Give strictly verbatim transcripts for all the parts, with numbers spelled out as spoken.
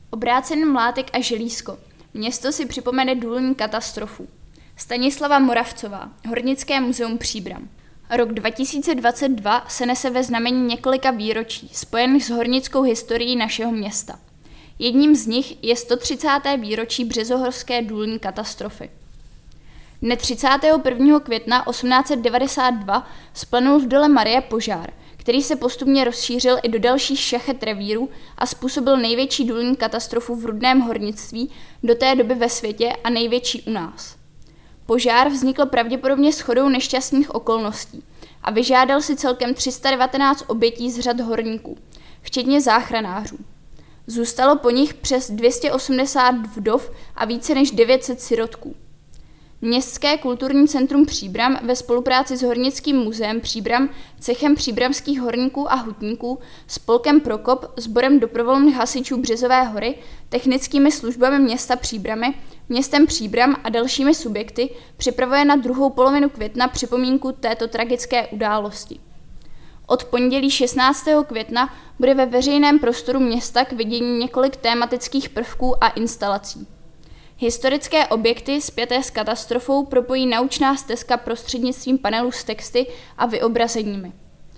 Obrácený mlátek a želízko. Město si připomene důlní katastrofu. Stanislava Moravcová, Hornické muzeum Příbram. Rok dva tisíce dvacet dva se nese ve znamení několika výročí spojených s hornickou historií našeho města. Jedním z nich je sto třicáté výročí březohorské důlní katastrofy. Dne třicátého prvního května osmnáct set devadesát dva splanul v dole Marie požár, který se postupně rozšířil i do dalších šachet revírů a způsobil největší důlní katastrofu v rudném hornictví do té doby ve světě a největší u nás. Požár vznikl pravděpodobně shodou nešťastných okolností a vyžádal si celkem tři sta devatenáct obětí z řad horníků, včetně záchranářů. Zůstalo po nich přes dvě stě osmdesát vdov a více než devět set sirotků. Městské kulturní centrum Příbram ve spolupráci s Hornickým muzeem Příbram, cechem příbramských horníků a hutníků, spolkem Prokop, sborem dobrovolných hasičů Březové hory, technickými službami města Příbramy, městem Příbram a dalšími subjekty připravuje na druhou polovinu května připomínku této tragické události. Od pondělí šestnáctého května bude ve veřejném prostoru města k vidění několik tématických prvků a instalací. Historické objekty spjaté s katastrofou propojí naučná stezka prostřednictvím panelů s texty a vyobrazeními.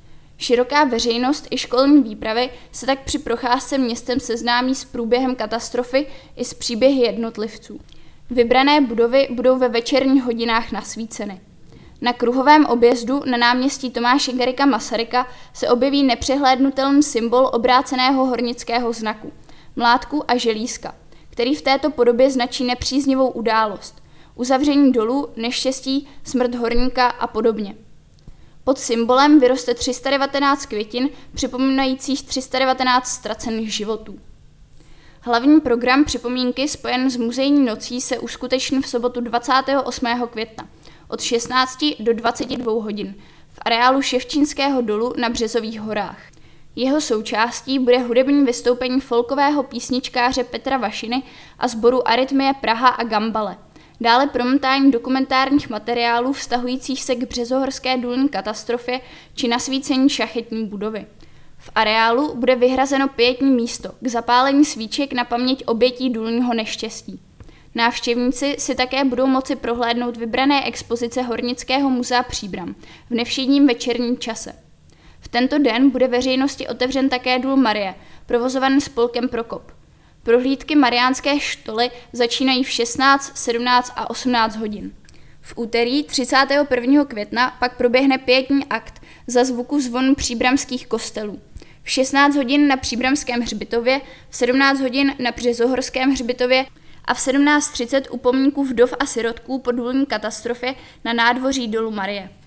Široká veřejnost i školní výpravy se tak při procházce městem seznámí s průběhem katastrofy i s příběhy jednotlivců. Vybrané budovy budou ve večerních hodinách nasvíceny. Na kruhovém objezdu na náměstí Tomáše Garrigua Masaryka se objeví nepřehlédnutelný symbol obráceného hornického znaku, mlátku a želízka, který v této podobě značí nepříznivou událost, uzavření dolů, neštěstí, smrt horníka a podobně. Pod symbolem vyroste tři sta devatenáct květin, připomínajících tři sta devatenáct ztracených životů. Hlavní program připomínky spojen s muzejní nocí se uskuteční v sobotu dvacátého osmého května od šestnácti do dvaceti dvou hodin v areálu Ševčínského dolu na Březových horách. Jeho součástí bude hudební vystoupení folkového písničkáře Petra Vašiny a sboru Arytmie Praha a Gambale. Dále promítání dokumentárních materiálů vztahujících se k březohorské důlní katastrofě či nasvícení šachetní budovy. V areálu bude vyhrazeno pietní místo k zapálení svíček na paměť obětí důlního neštěstí. Návštěvníci si také budou moci prohlédnout vybrané expozice Hornického muzea Příbram v nevšedním večerním čase. V tento den bude veřejnosti otevřen také důl Marie, provozovaný spolkem Prokop. Prohlídky Mariánské štoly začínají v šestnáct, sedmnáct a osmnáct hodin. V úterý třicátého prvního května pak proběhne pietní akt za zvuku zvonu příbramských kostelů. V šestnáct hodin na Příbramském hřbitově, v sedmnáct hodin na Březohorském hřbitově a v sedmnáct třicet u pomníků vdov a sirotků po důlní katastrofě na nádvoří dolu Marie.